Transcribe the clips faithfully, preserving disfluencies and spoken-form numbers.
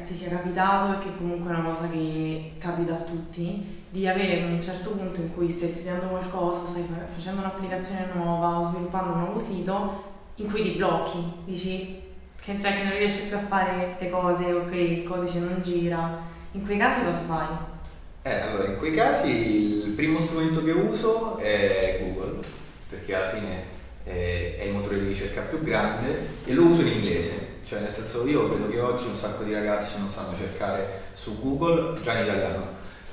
ti sia capitato e che comunque è una cosa che capita a tutti, di avere un certo punto in cui stai studiando qualcosa, stai facendo un'applicazione nuova o sviluppando un nuovo sito in cui ti blocchi, dici che, cioè, che non riesci più a fare le cose, ok, il codice non gira. In quei casi cosa fai? Eh, allora, in quei casi il primo strumento che uso è Google, perché alla fine è, è il motore di ricerca più grande e lo uso in inglese. Cioè, nel senso, io vedo che oggi un sacco di ragazzi non sanno cercare su Google già in italiano,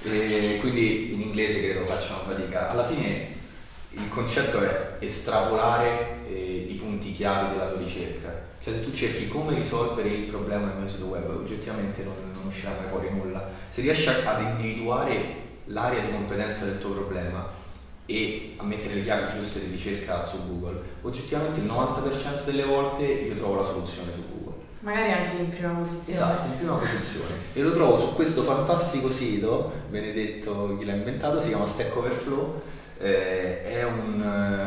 e quindi in inglese credo facciano fatica. Alla fine il concetto è estrapolare eh, i punti chiave della tua ricerca. Cioè, se tu cerchi come risolvere il problema nel mio sito web, oggettivamente non, non uscirà mai fuori nulla. Se riesci ad individuare l'area di competenza del tuo problema e a mettere le chiavi giuste di ricerca su Google, oggettivamente il novanta per cento delle volte io trovo la soluzione su Google. Magari anche in prima posizione. Esatto, in prima posizione. E lo trovo su questo fantastico sito, benedetto chi l'ha inventato, si chiama Stack Overflow, eh, è un,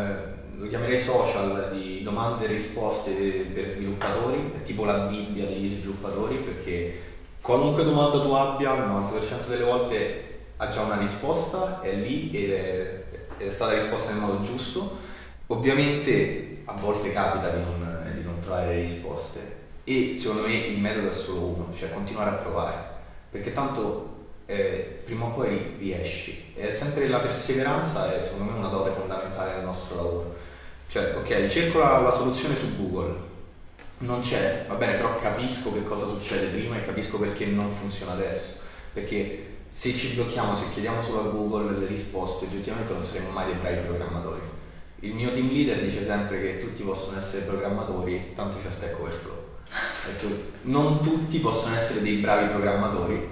eh, lo chiamerei social di domande e risposte per sviluppatori, è tipo la Bibbia degli sviluppatori, perché qualunque domanda tu abbia, il novanta per cento delle volte ha già una risposta, è lì ed è, è stata risposta nel modo giusto. Ovviamente a volte capita di non, di non trovare le risposte e secondo me il metodo è solo uno, cioè continuare a provare, perché tanto eh, prima o poi riesci. È sempre la perseveranza, è secondo me una dote fondamentale nel nostro lavoro. Cioè, ok, cerco la, la soluzione su Google, non c'è, va bene, però capisco che cosa succede prima e capisco perché non funziona adesso, perché se ci blocchiamo, se chiediamo solo a Google le risposte, oggettivamente non saremo mai dei bravi programmatori. Il mio team leader dice sempre che tutti possono essere programmatori, tanto c'è Stack Overflow. Ecco, non tutti possono essere dei bravi programmatori,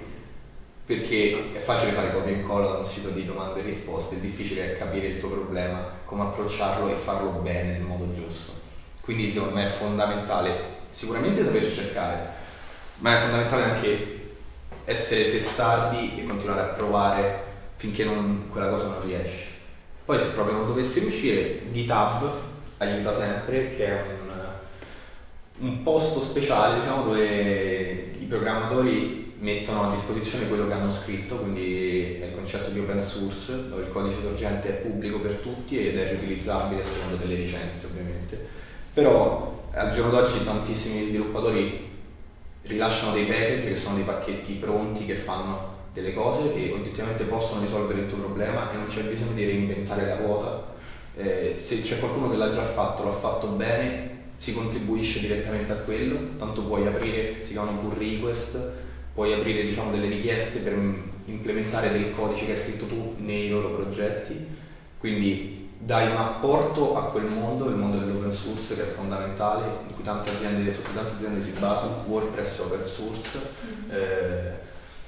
perché è facile fare copia e incolla da un sito di domande e risposte, è difficile capire il tuo problema, come approcciarlo e farlo bene nel modo giusto. Quindi secondo me è fondamentale sicuramente saper cercare, ma è fondamentale anche essere testardi e continuare a provare finché non, quella cosa non riesce. Poi se proprio non dovesse riuscire, GitHub aiuta sempre, che è un, un posto speciale, diciamo, dove i programmatori mettono a disposizione quello che hanno scritto, quindi è il concetto di open source, dove il codice sorgente è pubblico per tutti ed è riutilizzabile secondo delle licenze, ovviamente. Però al giorno d'oggi tantissimi sviluppatori rilasciano dei package che sono dei pacchetti pronti che fanno delle cose che oggettivamente possono risolvere il tuo problema e non c'è bisogno di reinventare la ruota. Eh, se c'è qualcuno che l'ha già fatto, l'ha fatto bene, si contribuisce direttamente a quello, tanto puoi aprire, si chiamano pull request, puoi aprire, diciamo, delle richieste per implementare del codice che hai scritto tu nei loro progetti, quindi dai un apporto a quel mondo, il mondo dell'open source, che è fondamentale, in cui tante aziende, su cui tante aziende si basano. WordPress è open source, eh,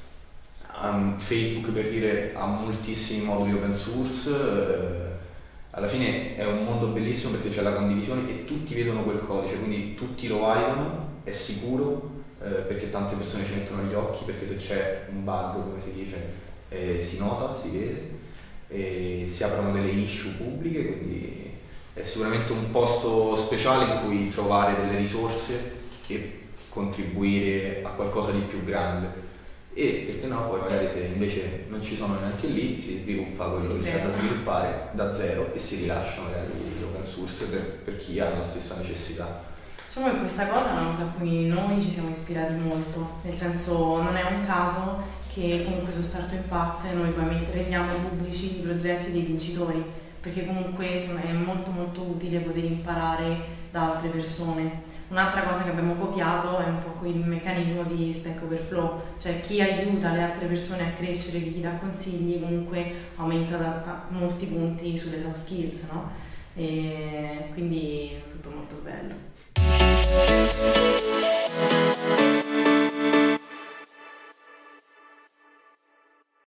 um, Facebook, per dire, ha moltissimi moduli open source, eh, alla fine è un mondo bellissimo perché c'è la condivisione e tutti vedono quel codice, quindi tutti lo validano, è sicuro, eh, perché tante persone ci mettono gli occhi, perché se c'è un bug, come si dice, eh, si nota, si vede, e si aprono delle issue pubbliche, quindi è sicuramente un posto speciale in cui trovare delle risorse e contribuire a qualcosa di più grande. E perché no, poi magari se invece non ci sono neanche lì, si sviluppa quello che c'è da sviluppare da zero e si rilascia magari l'open source per, per chi ha la stessa necessità. Diciamo che questa cosa è una cosa a cui noi ci siamo ispirati molto, nel senso non è un caso che comunque su Start to Impact noi poi rendiamo pubblici i progetti dei vincitori, perché comunque è molto molto utile poter imparare da altre persone. Un'altra cosa che abbiamo copiato è un po' il meccanismo di Stack Overflow, cioè chi aiuta le altre persone a crescere, chi dà consigli, comunque aumenta da, da molti punti sulle soft skills, no? E quindi è tutto molto bello.